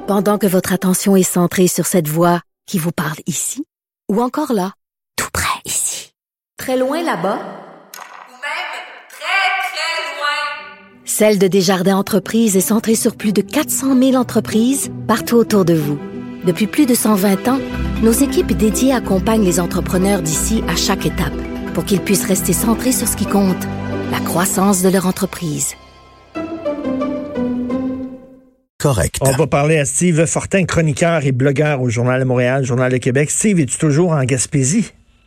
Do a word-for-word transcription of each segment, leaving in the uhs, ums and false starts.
Pendant que votre attention est centrée sur cette voix qui vous parle ici, ou encore là, tout près ici, très loin là-bas, ou même très, très loin. Celle de Desjardins Entreprises est centrée sur plus de quatre cent mille entreprises partout autour de vous. Depuis plus de cent vingt ans, nos équipes dédiées accompagnent les entrepreneurs d'ici à chaque étape pour qu'ils puissent rester centrés sur ce qui compte, la croissance de leur entreprise. Correct. On va parler à Steve Fortin, chroniqueur et blogueur au Journal de Montréal, Journal de Québec. Steve, es-tu toujours en Gaspésie?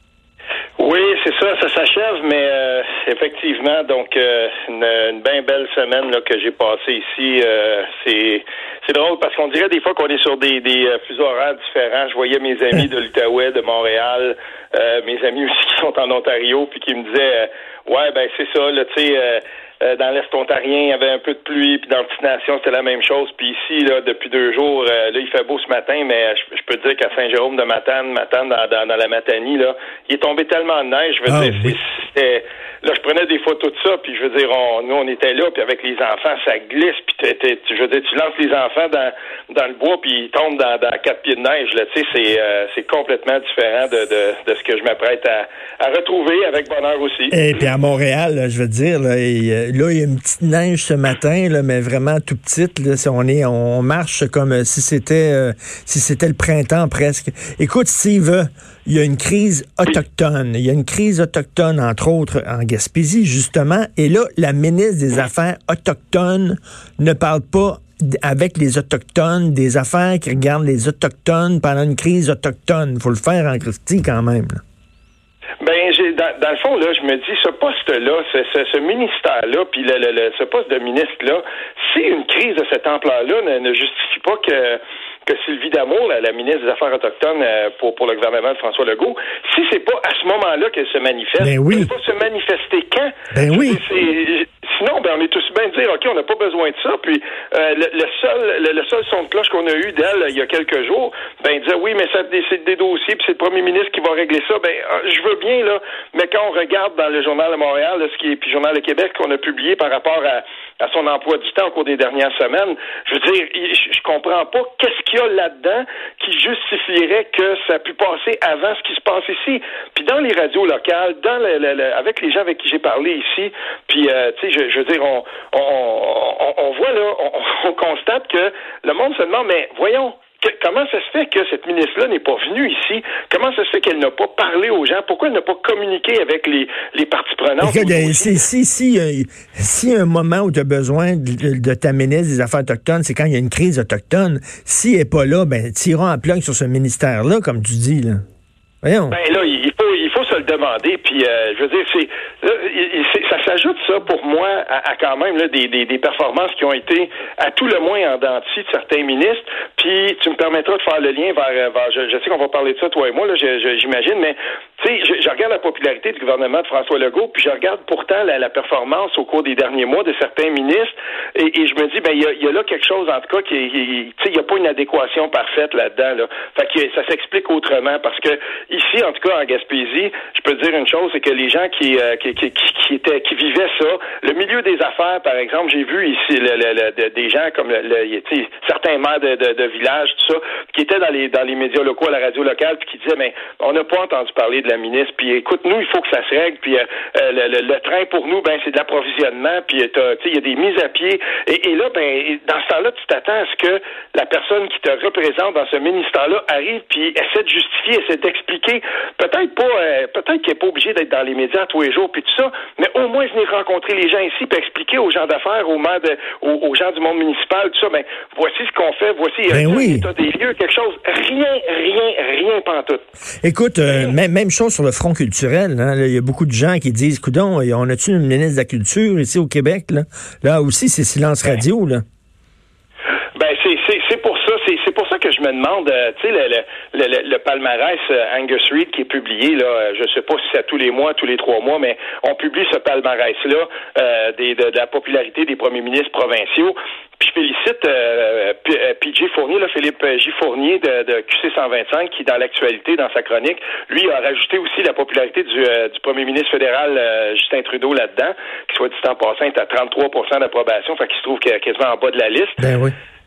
Oui, c'est ça, ça s'achève, mais euh, effectivement, donc euh, une, une bien belle semaine là, que j'ai passée ici. Euh, c'est c'est drôle parce qu'on dirait des fois qu'on est sur des, des euh, fuseaux horaires différents. Je voyais mes amis de l'Outaouais, de Montréal, euh, mes amis aussi qui sont en Ontario, puis qui me disaient euh, ouais, ben c'est ça, là, tu sais. Euh, Euh, dans l'Est ontarien, il y avait un peu de pluie, puis dans Petite Nation, c'était la même chose. Puis ici, là, depuis deux jours, euh, là, il fait beau ce matin, mais je, je peux te dire qu'à Saint-Jérôme de Matane, Matane, dans, dans, dans la Matanie, là, il est tombé tellement de neige, je veux ah, dire, oui. c'était... Là, je prenais des photos de ça, puis je veux dire, on, nous, on était là, puis avec les enfants, ça glisse, puis t'es, t'es, je veux dire, tu lances les enfants dans, dans le bois, puis ils tombent dans, dans quatre pieds de neige, là, tu sais, c'est, euh, c'est complètement différent de, de, de ce que je m'apprête à, à retrouver avec bonheur aussi. Et puis à Montréal, là, je veux dire, là, il, là, il y a une petite neige ce matin, là, mais vraiment tout petite, là, on est, on marche comme si c'était, euh, si c'était le printemps presque. Écoute, Steve, il y a une crise autochtone. Il y a une crise autochtone, entre autres, en Gaspésie, justement. Et là, la ministre des Affaires autochtones ne parle pas avec les Autochtones des affaires qui regardent les Autochtones pendant une crise autochtone. Il faut le faire en Christie quand même, là. Ben, j'ai, dans, dans le fond, là, je me dis, ce poste-là, ce, ce, ce ministère-là, puis le, le, le, ce poste de ministre-là, si une crise de cette ampleur-là ne, ne justifie pas que que Sylvie Damour, la, la ministre des Affaires autochtones euh, pour pour le gouvernement de François Legault, si c'est pas à ce moment-là qu'elle se manifeste, ben oui. elle va se manifester quand? Ben oui. C'est, sinon, ben on est tous bien de dire, OK, on n'a pas besoin de ça, puis euh, le, le seul le, le seul son de cloche qu'on a eu d'elle il y a quelques jours, ben elle disait, oui, mais ça c'est des dossiers, puis c'est le premier ministre qui va régler ça. Ben, je veux bien, là, mais quand on regarde dans le Journal de Montréal, là, ce qui est, puis le Journal de Québec qu'on a publié par rapport à à son emploi du temps au cours des dernières semaines, je veux dire, je, je comprends pas qu'est-ce qu'il y a là-dedans qui justifierait que ça a pu passer avant ce qui se passe ici. Puis dans les radios locales, dans le, le, le, avec les gens avec qui j'ai parlé ici, puis euh, tu sais, je, je veux dire, on, on, on, on voit là, on, on constate que le monde se demande, mais voyons, que, comment ça se fait que cette ministre-là n'est pas venue ici? Comment ça se fait qu'elle n'a pas parlé aux gens? Pourquoi elle n'a pas communiqué avec les, les parties prenantes? Écoute, si, si, si, euh, si un moment où tu as besoin de, de ta ministre des Affaires autochtones, c'est quand il y a une crise autochtone. Si elle n'est pas là, ben, tirons en plug sur ce ministère-là, comme tu dis, là. Voyons. Ben là, il faut, il faut se le demander. Puis, euh, je veux dire, c'est, là, c'est ça s'ajoute ça pour moi à, à quand même là, des, des, des performances qui ont été à tout le moins en dents de scie de certains ministres. Puis, tu me permettras de faire le lien vers, vers je, je sais qu'on va parler de ça toi et moi là, je, je, j'imagine, mais tu sais, je, je regarde la popularité du gouvernement de François Legault, puis je regarde pourtant la, la performance au cours des derniers mois de certains ministres, et, et je me dis, ben il y a, y a là quelque chose en tout cas qui, tu sais, il y a pas une adéquation parfaite là-dedans là. Fait que ça s'explique autrement parce que ici, en tout cas, en Gaspésie, je peux te dire une chose, c'est que les gens qui, euh, qui, qui, qui étaient, qui vivaient ça, le milieu des affaires, par exemple, j'ai vu ici le, le, le, des gens comme le, le, certains maires de, de, de villages, tout ça, qui étaient dans les dans les médias locaux, à la radio locale, puis qui disaient, mais on n'a pas entendu parler de la ministre, puis écoute, nous, il faut que ça se règle, puis euh, le, le, le train pour nous, ben c'est de l'approvisionnement, puis tu sais, il y a des mises à pied, et, et là, ben dans ce temps-là, tu t'attends à ce que la personne qui te représente dans ce ministère-là arrive, puis essaie de justifier, essaie d'expliquer. Peut-être pas, euh, peut-être qu'il n'est pas obligé d'être dans les médias tous les jours puis tout ça, mais au moins venir rencontrer les gens ici puis expliquer aux gens d'affaires, aux maires, de, aux, aux gens du monde municipal, tout ça. Ben voici ce qu'on fait, voici ben euh, oui. l'état des lieux, quelque chose, rien, rien, rien pantoute. Écoute, euh, même, même chose sur le front culturel. Hein, il y a beaucoup de gens qui disent, coudon, on a-tu une ministre de la culture ici au Québec là, là aussi c'est silence radio là. Ben c'est c'est c'est pour ça c'est c'est pour ça que je me demande euh, tu sais le, le le le palmarès euh, Angus Reid qui est publié là euh, je sais pas si c'est à tous les mois tous les trois mois mais on publie ce palmarès là euh, des de, de la popularité des premiers ministres provinciaux. Puis je félicite euh, P J Fournier, là, Philippe J. Fournier de, de Q C cent vingt-cinq, qui, dans l'actualité, dans sa chronique, lui a rajouté aussi la popularité du, euh, du premier ministre fédéral euh, Justin Trudeau là-dedans, qui soit dit en passant est à trente-trois pour cent d'approbation, fait qu'il se trouve quasiment en bas de la liste. Ben oui. Et là, ben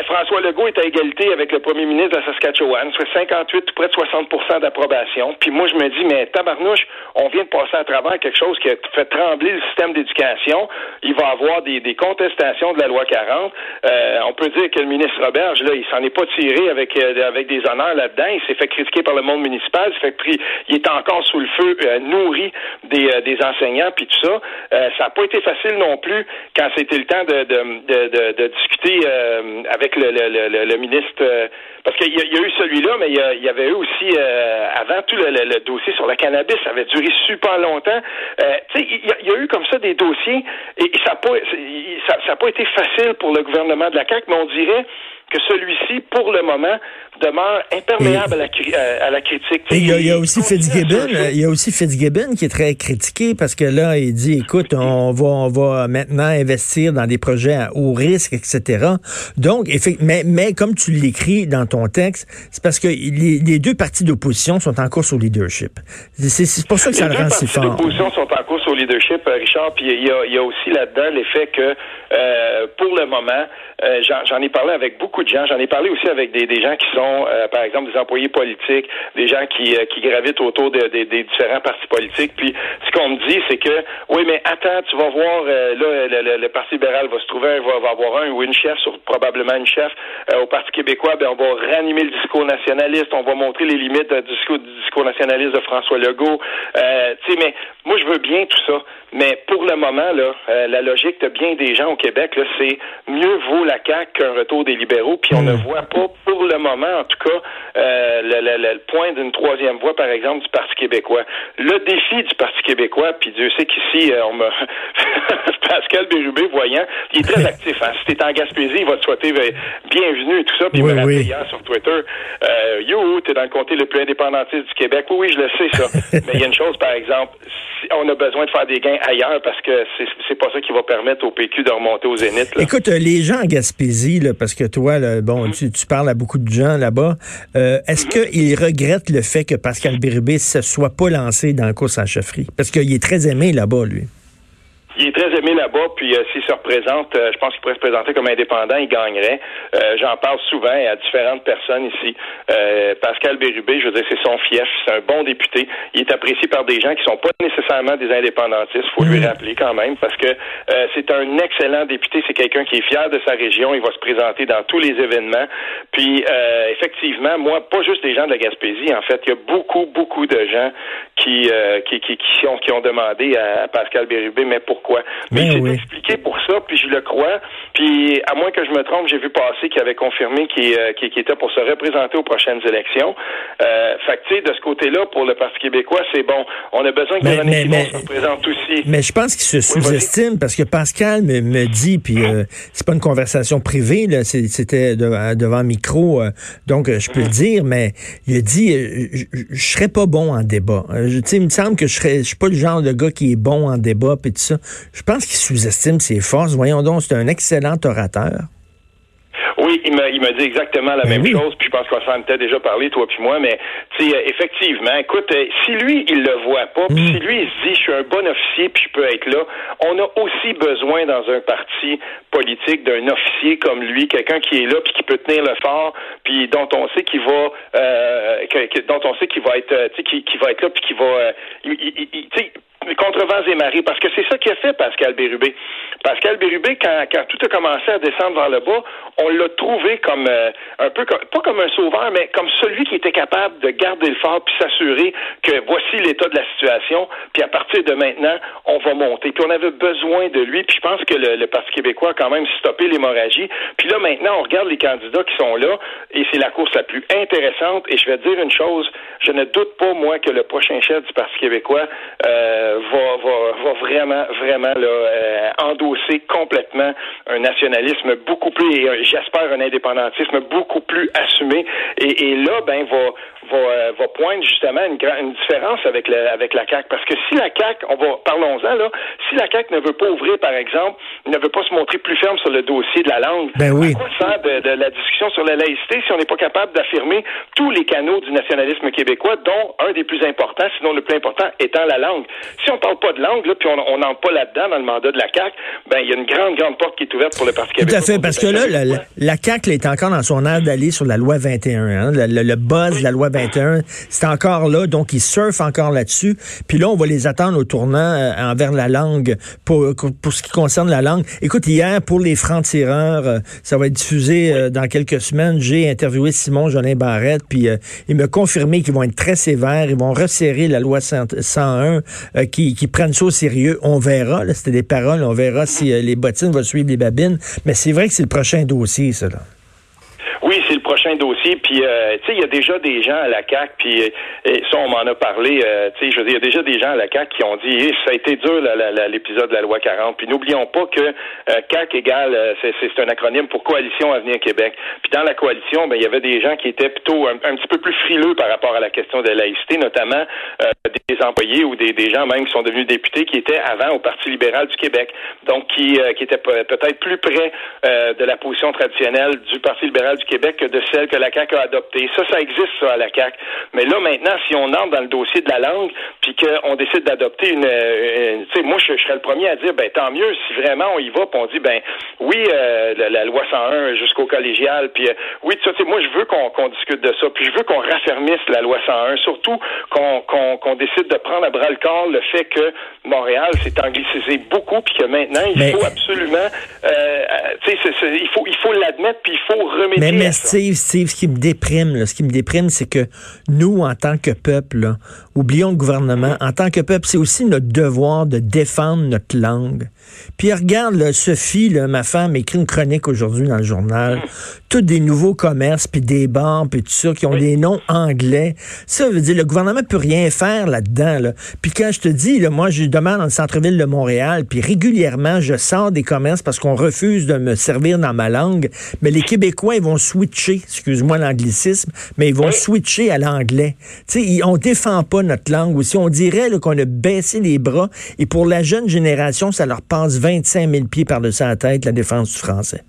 François Legault est à égalité avec le premier ministre de la Saskatchewan, soit cinquante-huit, tout près de soixante pour cent d'approbation. Puis moi, je me dis, mais tabarnouche, on vient de passer à travers quelque chose qui a fait trembler le système d'éducation. Il va y avoir des, des contestations de la loi quarante. Euh, on peut dire que le ministre Roberge, là, il s'en est pas tiré avec euh, avec des honneurs là-dedans. Il s'est fait critiquer par le monde municipal. Il, s'est fait pris, il est encore sous le feu, euh, nourri des, euh, des enseignants, puis tout ça. Euh, ça n'a pas été facile non plus quand c'était le temps de, de, de, de, de discuter euh, avec le, le, le, le ministre... Euh, parce qu'il y, y a eu celui-là, mais il y, a, il y avait eu aussi, euh, avant tout, le, le, le dossier sur le cannabis. Ça avait duré super longtemps. Euh, tu sais, il y, y a eu comme ça des dossiers, et, et ça n'a pas, ça, ça a pas été facile pour le gouvernement de la C A Q, mais on dirait que celui-ci, pour le moment, demeure imperméable et, à, la, à la critique. Et il y, y a aussi Fitzgibbon, il y a aussi Fitzgibbon qui est très critiqué parce que là, il dit, écoute, on va, on va maintenant investir dans des projets à haut risque, et cetera. Donc, mais, mais comme tu l'écris dans ton texte, c'est parce que les, les deux partis d'opposition sont en course au leadership. C'est, c'est pour ça que ça le rend si fort. Les deux partis d'opposition sont en course au leadership, Richard, puis il y a, il y a aussi là-dedans l'effet que, euh, pour le moment, euh, j'en, j'en ai parlé avec beaucoup de gens. J'en ai parlé aussi avec des, des gens qui sont, euh, par exemple, des employés politiques, des gens qui, euh, qui gravitent autour de, de, des différents partis politiques. Puis, ce qu'on me dit, c'est que, oui, mais attends, tu vas voir, euh, là, le, le, le Parti libéral va se trouver, va, va avoir un ou une chef, sur, probablement une chef. Euh, au Parti québécois, ben, on va ranimer le discours nationaliste, on va montrer les limites du discours, du discours nationaliste de François Legault. Euh, tu sais, mais moi, je veux bien tout ça. Mais pour le moment, là, euh, la logique de bien des gens au Québec, là, c'est mieux vaut la C A Q qu'un retour des libéraux. Puis on mmh. ne voit pas, pour le moment, en tout cas, euh, le, le, le point d'une troisième voie, par exemple, du Parti québécois. Le défi du Parti québécois, puis Dieu sait qu'ici, euh, on me Pascal Bérubé, voyant, il est très actif. Hein. Si t'es en Gaspésie, il va te souhaiter ben, bienvenue et tout ça. Puis oui, il me rappelait oui. hier sur Twitter, euh, yo, t'es dans le comté le plus indépendantiste du Québec. Oui, oui, je le sais, ça. Mais il y a une chose, par exemple, si on a besoin de faire des gains ailleurs parce que c'est, c'est pas ça qui va permettre au P Q de remonter au zénith. Là. Écoute, les gens en Gaspésie, là, parce que toi, là, bon, mm-hmm. tu, tu parles à beaucoup de gens là-bas, euh, est-ce mm-hmm. qu'ils regrettent le fait que Pascal Bérubé ne se soit pas lancé dans la course à la chefferie? Parce qu'il est très aimé là-bas, lui. Il est très aimé là-bas, puis euh, s'il se représente, euh, je pense qu'il pourrait se présenter comme indépendant, il gagnerait. Euh, j'en parle souvent à différentes personnes ici. Euh, Pascal Bérubé, je veux dire, c'est son fief, c'est un bon député. Il est apprécié par des gens qui sont pas nécessairement des indépendantistes, faut mmh. lui rappeler quand même, parce que euh, c'est un excellent député, c'est quelqu'un qui est fier de sa région, il va se présenter dans tous les événements. Puis, euh, effectivement, moi, pas juste des gens de la Gaspésie, en fait, il y a beaucoup, beaucoup de gens qui, euh, qui, qui, qui, ont, qui ont demandé à Pascal Bérubé, mais pourquoi? Mais il s'est oui. expliqué pour ça, puis je le crois. Puis, à moins que je me trompe, j'ai vu passer qu'il avait confirmé qu'il, euh, qu'il, qu'il était pour se représenter aux prochaines élections. Euh, fait que, tu sais, de ce côté-là, pour le Parti québécois, c'est bon. On a besoin que Véronique Simon se représente aussi. Mais je pense qu'il se oui, sous-estime, vas-y. Parce que Pascal me, me dit, puis euh, c'est pas une conversation privée, là, c'est, c'était de, devant micro, euh, donc je peux mmh. le dire, mais il a dit, euh, je, je serais pas bon en débat. Euh, tu sais, il me semble que je serais, je suis pas le genre de gars qui est bon en débat, puis tout ça. Je pense qu'il sous-estime ses forces. Voyons donc, c'est un excellent orateur. Oui, il m'a, il m'a dit exactement la ben même oui. chose, puis je pense qu'on s'en était déjà parlé, toi puis moi, mais tu sais, euh, effectivement, écoute, euh, si lui, il le voit pas, puis mm. si lui, il se dit, je suis un bon officier, puis je peux être là, on a aussi besoin dans un parti politique d'un officier comme lui, quelqu'un qui est là, puis qui peut tenir le fort, puis dont on sait qu'il va, euh, que, que, dont on sait qu'il va être, euh, tu sais, qui, qui va être là, puis qui va, euh, il, il, il, tu sais, contre vents et marées, parce que c'est ça qu'il a fait Pascal Bérubé. Pascal Bérubé, quand, quand tout a commencé à descendre vers le bas, on l'a trouvé comme euh, un peu comme, pas comme un sauveur, mais comme celui qui était capable de garder le fort puis s'assurer que voici l'état de la situation, puis à partir de maintenant, on va monter. Puis on avait besoin de lui, puis je pense que le, le Parti québécois a quand même stoppé l'hémorragie. Puis là, maintenant, on regarde les candidats qui sont là, et c'est la course la plus intéressante, et je vais te dire une chose, je ne doute pas, moi, que le prochain chef du Parti québécois euh, Va, va, va vraiment, vraiment là, euh, endosser complètement un nationalisme beaucoup plus, et euh, j'espère un indépendantisme beaucoup plus assumé. Et, et là, ben, va, va, euh, va poindre justement une, une différence avec, le, avec la C A Q. Parce que si la C A Q, on va, parlons-en là, si la C A Q ne veut pas ouvrir, par exemple, ne veut pas se montrer plus ferme sur le dossier de la langue, ben oui. à quoi sert de, de la discussion sur la laïcité si on n'est pas capable d'affirmer tous les canaux du nationalisme québécois, dont un des plus importants, sinon le plus important, étant la langue. si on parle pas de langue, là, puis on n'entre pas là-dedans dans le mandat de la C A Q, ben il y a une grande, grande porte qui est ouverte pour le Parti québécois. Tout à fait, parce que là, la, la, la C A Q là, est encore dans son air d'aller sur la loi vingt et un. Hein? Le, le, le buzz oui. de la loi vingt et un, c'est encore là, donc ils surfent encore là-dessus. Puis là, on va les attendre au tournant euh, envers la langue, pour, pour ce qui concerne la langue. Écoute, hier, pour les francs-tireurs, euh, ça va être diffusé euh, dans quelques semaines. J'ai interviewé Simon Jolin Barrette, puis euh, il m'a confirmé qu'ils vont être très sévères, ils vont resserrer la loi cent un, euh, qui, qui prennent ça au sérieux. On verra, là, c'était des paroles, on verra si euh, les bottines vont suivre les babines, mais c'est vrai que c'est le prochain dossier, ça, là. Oui, c'est le prochain dossier. Puis, euh, tu sais, il y a déjà des gens à la C A Q, puis euh, ça, on m'en a parlé. Euh, tu sais, je veux dire, il y a déjà des gens à la C A Q qui ont dit, eh, ça a été dur la, la, la, l'épisode de la loi quarante. Puis, n'oublions pas que euh, C A Q égale, euh, c'est, c'est un acronyme pour Coalition Avenir Québec. Puis, dans la coalition, ben, il y avait des gens qui étaient plutôt un, un petit peu plus frileux par rapport à la question de la laïcité, notamment euh, des employés ou des, des gens même qui sont devenus députés qui étaient avant au Parti libéral du Québec. Donc, qui, euh, qui étaient peut-être plus près euh, de la position traditionnelle du Parti libéral du Québec que de celle que la C A Q a adoptée. Ça, ça existe, ça, à la C A Q. Mais là, maintenant, si on entre dans le dossier de la langue, puis qu'on décide d'adopter une... une tu sais, moi, je, je serais le premier à dire, ben tant mieux, si vraiment on y va, puis on dit, ben oui, euh, la, la loi cent un jusqu'au collégial, puis euh, oui, tu sais, moi, je veux qu'on, qu'on discute de ça, puis je veux qu'on raffermisse la loi cent un, surtout qu'on, qu'on, qu'on décide de prendre à bras le corps le fait que Montréal s'est anglicisé beaucoup, puis que maintenant, il mais... faut absolument... Euh, tu sais, c'est, c'est, il faut, il faut l'admettre, puis il faut remédier mais, mais à ça. Steve, Steve, ce qui me déprime, là, ce qui me déprime, c'est que nous, en tant que peuple, là, oublions le gouvernement, en tant que peuple, c'est aussi notre devoir de défendre notre langue. Puis regarde, là, Sophie, là, ma femme, écrit une chronique aujourd'hui dans le journal, mmh. tous des nouveaux commerces, puis des bars, puis tout ça, qui ont oui. des noms anglais. Ça veut dire, le gouvernement peut rien faire là-dedans. Là. Puis quand je te dis, là, moi, je demande dans le centre-ville de Montréal, puis régulièrement, je sors des commerces parce qu'on refuse de me servir dans ma langue, mais les Québécois, ils vont switcher, excuse-moi l'anglicisme, mais ils vont oui. switcher à l'anglais. Tu sais, on défend pas notre langue aussi. On dirait là, qu'on a baissé les bras, et pour la jeune génération, ça leur passe vingt-cinq mille pieds par-dessus la tête, la défense du français.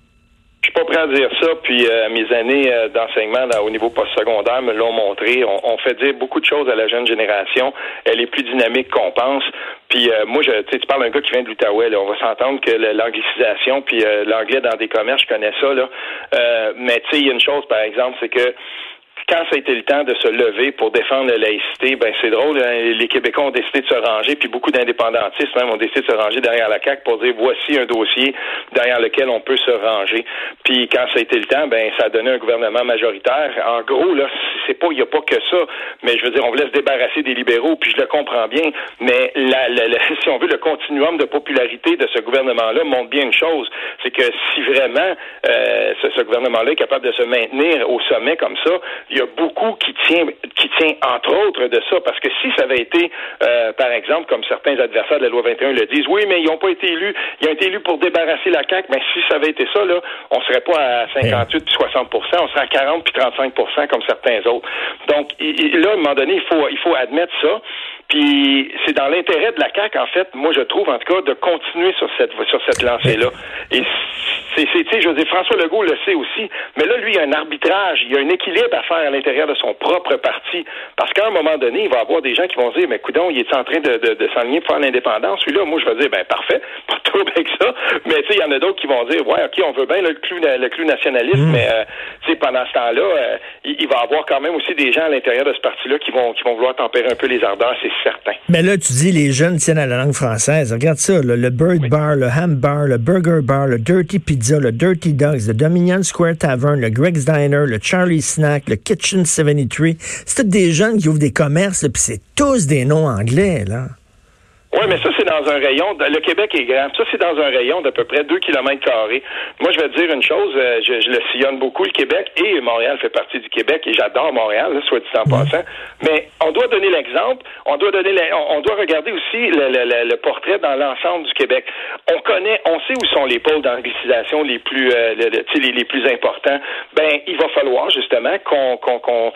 Je suis pas prêt à dire ça, puis euh, mes années euh, d'enseignement dans, au niveau postsecondaire me l'ont montré. On, on fait dire beaucoup de choses à la jeune génération. Elle est plus dynamique qu'on pense. Puis euh, moi, je, tu parles d'un gars qui vient de l'Outaouais, là. On va s'entendre que l'anglicisation, puis euh, l'anglais dans des commerces, je connais ça, là. Euh, mais tu sais, il y a une chose, par exemple, c'est que quand ça a été le temps de se lever pour défendre la laïcité, ben c'est drôle, hein, les Québécois ont décidé de se ranger, puis beaucoup d'indépendantistes même ont décidé de se ranger derrière la C A Q pour dire voici un dossier derrière lequel on peut se ranger. Puis quand ça a été le temps, ben ça a donné un gouvernement majoritaire. En gros, là, c'est pas, il n'y a pas que ça, mais je veux dire, on voulait se débarrasser des libéraux, puis je le comprends bien, mais la, la, la, si on veut, le continuum de popularité de ce gouvernement-là montre bien une chose, c'est que si vraiment euh, ce, ce gouvernement-là est capable de se maintenir au sommet comme ça, il y a beaucoup qui tient, qui tient entre autres de ça, parce que si ça avait été, euh, par exemple, comme certains adversaires de la loi vingt et un le disent, oui, mais ils n'ont pas été élus, ils ont été élus pour débarrasser la C A Q, mais si ça avait été ça, là, on serait pas à cinquante-huit puis soixante pour cent, on serait à quarante puis trente-cinq pour cent comme certains autres. Donc, il, là, à un moment donné, il faut, il faut admettre ça. Puis c'est dans l'intérêt de la C A Q, en fait, moi je trouve en tout cas, de continuer sur cette sur cette lancée-là. Et c'est, c'est tu sais, je veux dire, François Legault le sait aussi, mais là, lui, il y a un arbitrage, il y a un équilibre à faire à l'intérieur de son propre parti. Parce qu'à un moment donné, il va y avoir des gens qui vont dire, mais coudonc, il est en train de, de, de s'enligner pour faire l'indépendance. Celui-là, moi, je vais dire, ben parfait, pas de trouble avec ça. Mais tu sais, il y en a d'autres qui vont dire, ouais, ok, on veut bien le clou, le clou nationaliste, mmh. mais euh, tu sais, pendant ce temps-là, euh, il, il va y avoir quand même aussi des gens à l'intérieur de ce parti-là qui vont qui vont vouloir tempérer un peu les ardeurs, c'est certain. Mais là, tu dis, les jeunes tiennent à la langue française. Regarde ça, là, le Bird oui. Bar, le Ham Bar, le Burger Bar, le Dirty Pizza, le Dirty Dogs, le Dominion Square Tavern, le Greg's Diner, le Charlie Snack, le Kitchen soixante-trois. C'est tous des jeunes qui ouvrent des commerces, puis c'est tous des noms anglais, là. Oui, mais ça, c'est dans un rayon, le Québec est grand, ça, c'est dans un rayon d'à peu près deux kilomètres carrés. Moi, je vais te dire une chose, je, je le sillonne beaucoup, le Québec, et Montréal fait partie du Québec, et j'adore Montréal, là, soit dit en passant, mais on doit donner l'exemple, on doit donner, on doit regarder aussi le, le, le, le portrait dans l'ensemble du Québec. On connaît, on sait où sont les pôles d'anglicisation les plus, euh, le, le, les, les plus importants. Ben, il va falloir, justement, qu'on, qu'on, qu'on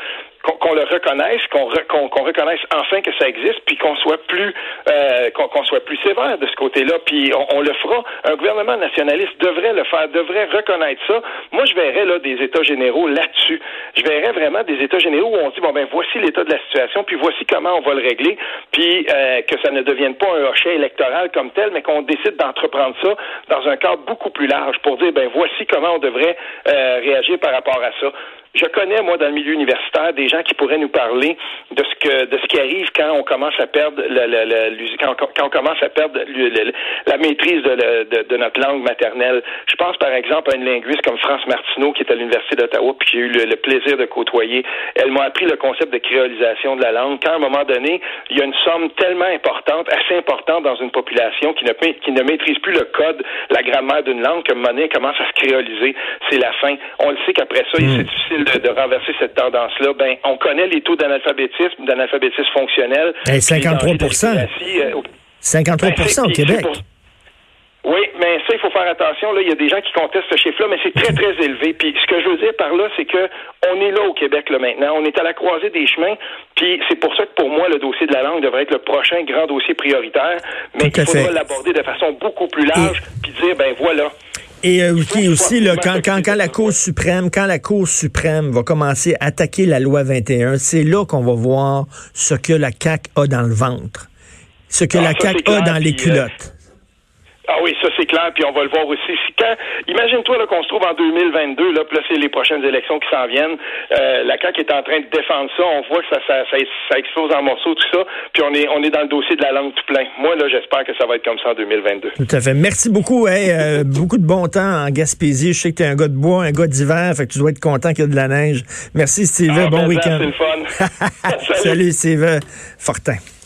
qu'on, qu'on le reconnaisse, qu'on, re, qu'on, qu'on reconnaisse enfin que ça existe, puis qu'on soit plus euh, qu'on, qu'on soit plus sévère de ce côté-là, puis on, on le fera. Un gouvernement nationaliste devrait le faire, devrait reconnaître ça. Moi, je verrais là des états généraux là-dessus. Je verrais vraiment des états généraux où on dit bon ben voici l'état de la situation, puis voici comment on va le régler, puis euh, que ça ne devienne pas un hochet électoral comme tel, mais qu'on décide d'entreprendre ça dans un cadre beaucoup plus large pour dire ben voici comment on devrait euh, réagir par rapport à ça. Je connais, moi, dans le milieu universitaire, des gens qui pourraient nous parler de ce que de ce qui arrive quand on commence à perdre le, le, le, quand, quand on commence à perdre le, le, la maîtrise de, le, de, de notre langue maternelle. Je pense, par exemple, à une linguiste comme France Martineau, qui est à l'Université d'Ottawa, puis qui a eu le, le plaisir de côtoyer. Elle m'a appris le concept de créolisation de la langue. Quand, à un moment donné, il y a une somme tellement importante, assez importante dans une population qui ne, qui ne maîtrise plus le code, la grammaire d'une langue, que monnaie commence à se créoliser. C'est la fin. On le sait qu'après ça, mmh. c'est difficile De, de renverser cette tendance-là. Ben, on connaît les taux d'analphabétisme, d'analphabétisme fonctionnel. Hey, cinquante-trois pour cent. Euh, cinquante-trois pour cent ben, au Québec. Pour... Oui, mais ça, il faut faire attention. Là, il y a des gens qui contestent ce chiffre-là, mais c'est très, très élevé. Puis ce que je veux dire par là, c'est que on est là au Québec là maintenant. On est à la croisée des chemins. Puis c'est pour ça que pour moi, le dossier de la langue devrait être le prochain grand dossier prioritaire. Mais il faudra l'aborder de façon beaucoup plus large, Et... puis dire, ben voilà. Et euh, aussi, aussi là, quand, quand, quand la Cour suprême, quand la Cour suprême va commencer à attaquer la loi vingt et un, c'est là qu'on va voir ce que la C A Q a dans le ventre, ce que ah, la ça, C A Q a dans les culottes. Euh... Ah oui, ça c'est clair, puis on va le voir aussi. Quand, imagine-toi là, qu'on se trouve en deux mille vingt-deux, là, puis là c'est les prochaines élections qui s'en viennent. Euh, la C A Q est en train de défendre ça. On voit que ça, ça, ça, ça explose en morceaux, tout ça. Puis on est, on est dans le dossier de la langue tout plein. Moi là, j'espère que ça va être comme ça en deux mille vingt-deux. Tout à fait. Merci beaucoup. Hey, euh, beaucoup de bon temps en Gaspésie. Je sais que t'es un gars de bois, un gars d'hiver, fait que tu dois être content qu'il y a de la neige. Merci Steve. Ah, bon week-end. C'est le fun. Salut. Salut Steve Fortin.